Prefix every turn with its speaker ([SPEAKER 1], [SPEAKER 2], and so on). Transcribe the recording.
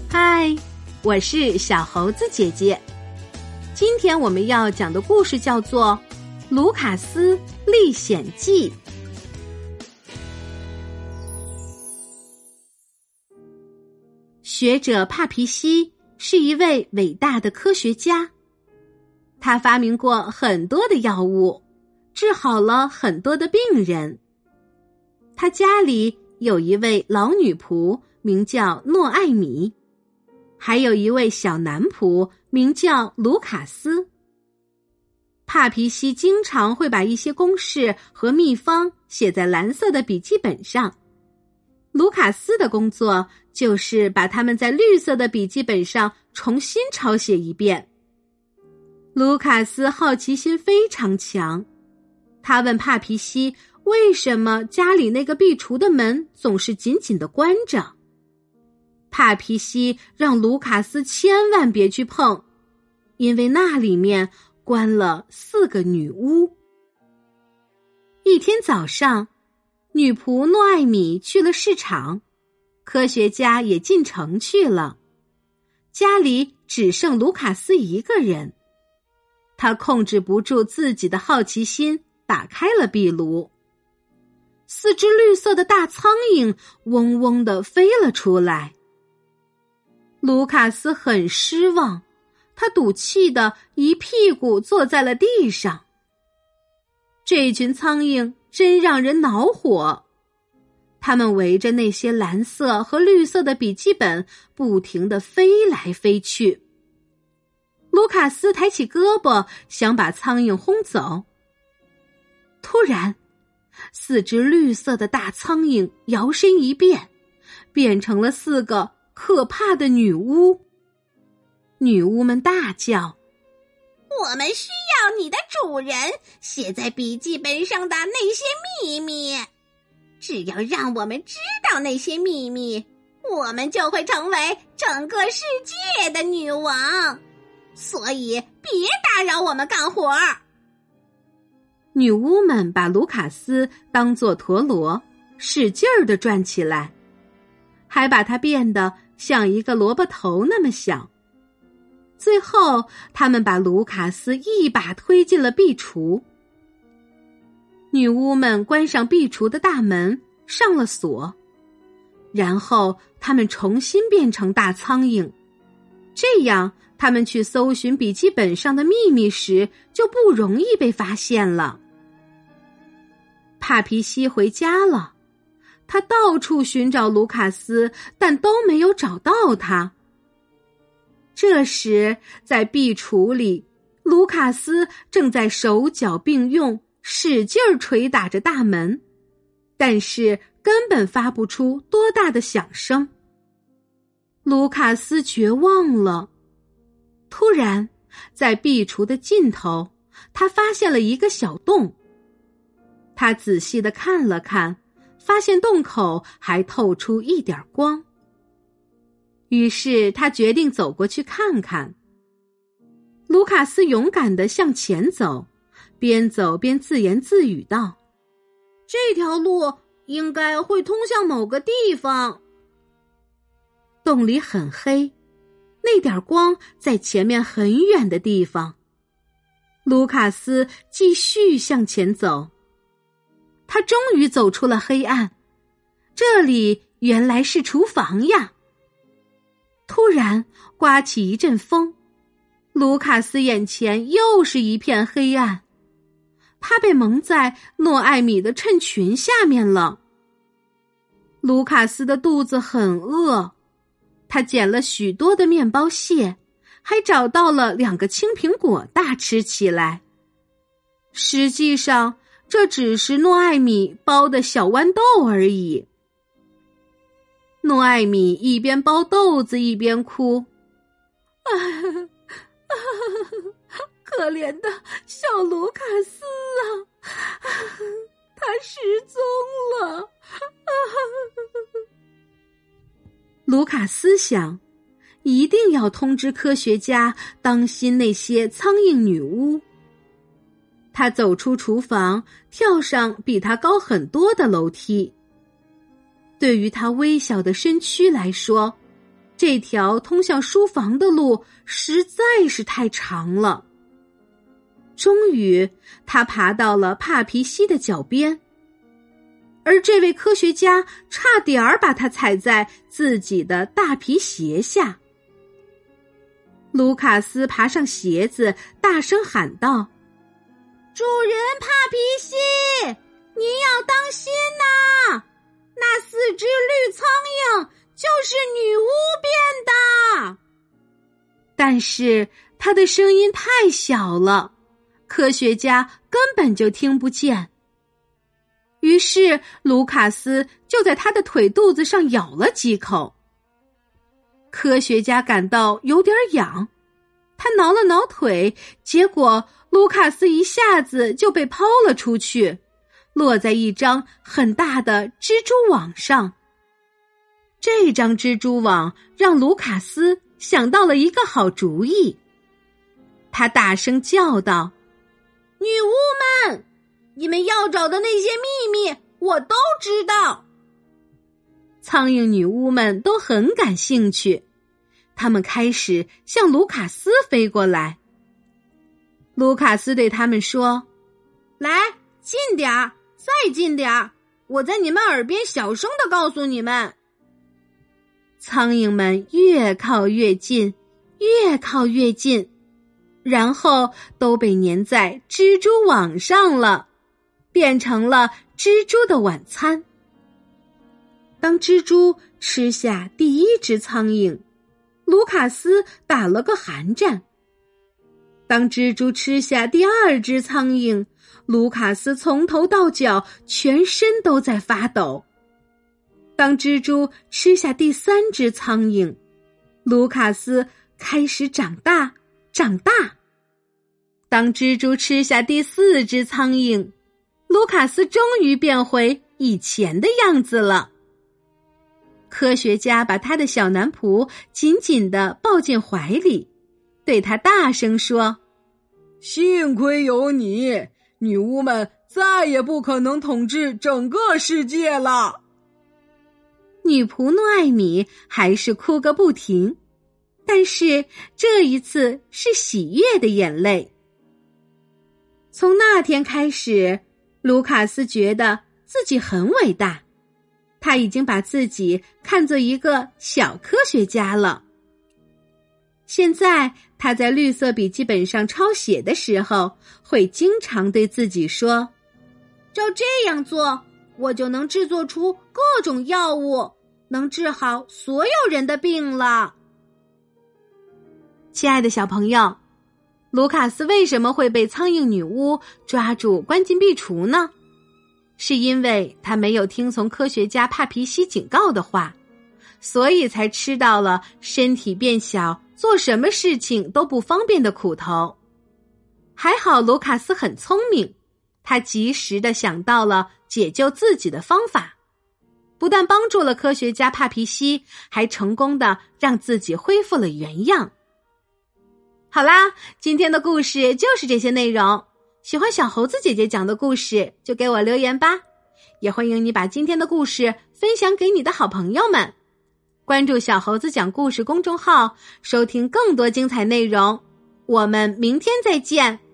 [SPEAKER 1] 嗨，我是小猴子姐姐。今天我们要讲的故事叫做《卢卡斯历险记》。学者帕皮西是一位伟大的科学家，他发明过很多的药物，治好了很多的病人。他家里有一位老女仆，名叫诺艾米，还有一位小男仆，名叫卢卡斯。帕皮西经常会把一些公式和秘方写在蓝色的笔记本上，卢卡斯的工作就是把它们在绿色的笔记本上重新抄写一遍。卢卡斯好奇心非常强，他问帕皮西为什么家里那个壁橱的门总是紧紧地关着。帕皮西让卢卡斯千万别去碰，因为那里面关了4个女巫。一天早上，女仆诺艾米去了市场，科学家也进城去了，家里只剩卢卡斯一个人。他控制不住自己的好奇心，打开了壁炉。4只绿色的大苍蝇嗡嗡地飞了出来。卢卡斯很失望，他赌气地一屁股坐在了地上。这群苍蝇真让人恼火，它们围着那些蓝色和绿色的笔记本不停地飞来飞去。卢卡斯抬起胳膊想把苍蝇轰走，突然4只绿色的大苍蝇摇身一变，变成了4个可怕的女巫。女巫们大叫：
[SPEAKER 2] 我们需要你的主人写在笔记本上的那些秘密，只要让我们知道那些秘密，我们就会成为整个世界的女王，所以别打扰我们干活。
[SPEAKER 1] 女巫们把卢卡斯当作陀螺，使劲儿地转起来，还把它变得像一个萝卜头那么小。最后，他们把卢卡斯一把推进了壁橱。女巫们关上壁橱的大门，上了锁，然后他们重新变成大苍蝇，这样他们去搜寻笔记本上的秘密时就不容易被发现了。帕皮西回家了，他到处寻找卢卡斯，但都没有找到他。这时，在壁橱里，卢卡斯正在手脚并用，使劲儿捶打着大门，但是根本发不出多大的响声。卢卡斯绝望了。突然，在壁橱的尽头，他发现了一个小洞。他仔细地看了看，发现洞口还透出一点光。于是他决定走过去看看。卢卡斯勇敢地向前走，边走边自言自语道：这条路应该会通向某个地方。洞里很黑，那点光在前面很远的地方。卢卡斯继续向前走，他终于走出了黑暗。这里原来是厨房呀！突然刮起一阵风，卢卡斯眼前又是一片黑暗，他被蒙在诺艾米的衬裙下面了。卢卡斯的肚子很饿，他捡了许多的面包屑，还找到了2个青苹果大吃起来。实际上，这只是诺艾米包的小豌豆而已。诺艾米一边剥豆子一边哭：可怜的小卢卡斯啊，他失踪了。卢卡斯想，一定要通知科学家当心那些苍蝇女巫。他走出厨房，跳上比他高很多的楼梯。对于他微小的身躯来说， 这条通向书房的路实在是太长了。终于，他爬到了帕皮西的脚边，而这位科学家差点儿把他踩在自己的大皮鞋下。卢卡斯爬上鞋子，大声喊道：“
[SPEAKER 2] 主人帕皮西，您要当心呐！那4只绿苍蝇就是女巫变的。”
[SPEAKER 1] 但是他的声音太小了，科学家根本就听不见。于是卢卡斯就在他的腿肚子上咬了几口。科学家感到有点痒，他挠了挠腿，结果卢卡斯一下子就被抛了出去，落在一张很大的蜘蛛网上。这张蜘蛛网让卢卡斯想到了一个好主意。他大声叫道：“
[SPEAKER 2] 女巫们，你们要找的那些秘密我都知道。”
[SPEAKER 1] 苍蝇女巫们都很感兴趣，他们开始向卢卡斯飞过来。卢卡斯对他们说：“
[SPEAKER 2] 来，近点儿，再近点儿，我在你们耳边小声地告诉你们。”
[SPEAKER 1] 苍蝇们越靠越近，越靠越近，然后都被粘在蜘蛛网上了，变成了蜘蛛的晚餐。当蜘蛛吃下第1只苍蝇，卢卡斯打了个寒战。当蜘蛛吃下第2只苍蝇，卢卡斯从头到脚全身都在发抖。当蜘蛛吃下第3只苍蝇，卢卡斯开始长大。当蜘蛛吃下第4只苍蝇，卢卡斯终于变回以前的样子了。科学家把他的小男仆紧紧地抱进怀里，对他大声说：“
[SPEAKER 3] 幸亏有你，女巫们再也不可能统治整个世界了。”
[SPEAKER 1] 女仆诺艾米还是哭个不停，但是这一次是喜悦的眼泪。从那天开始，卢卡斯觉得自己很伟大，他已经把自己看作一个小科学家了。现在他在绿色笔记本上抄写的时候，会经常对自己说：“
[SPEAKER 2] 照这样做，我就能制作出各种药物，能治好所有人的病了。”
[SPEAKER 1] 亲爱的小朋友，卢卡斯为什么会被苍蝇女巫抓住关进壁橱呢？是因为他没有听从科学家帕皮西警告的话，所以才吃到了身体变小、做什么事情都不方便的苦头。还好卢卡斯很聪明，他及时地想到了解救自己的方法，不但帮助了科学家帕皮西，还成功地让自己恢复了原样。好啦，今天的故事就是这些内容。喜欢小猴子姐姐讲的故事，就给我留言吧。也欢迎你把今天的故事分享给你的好朋友们。关注小猴子讲故事公众号，收听更多精彩内容。我们明天再见。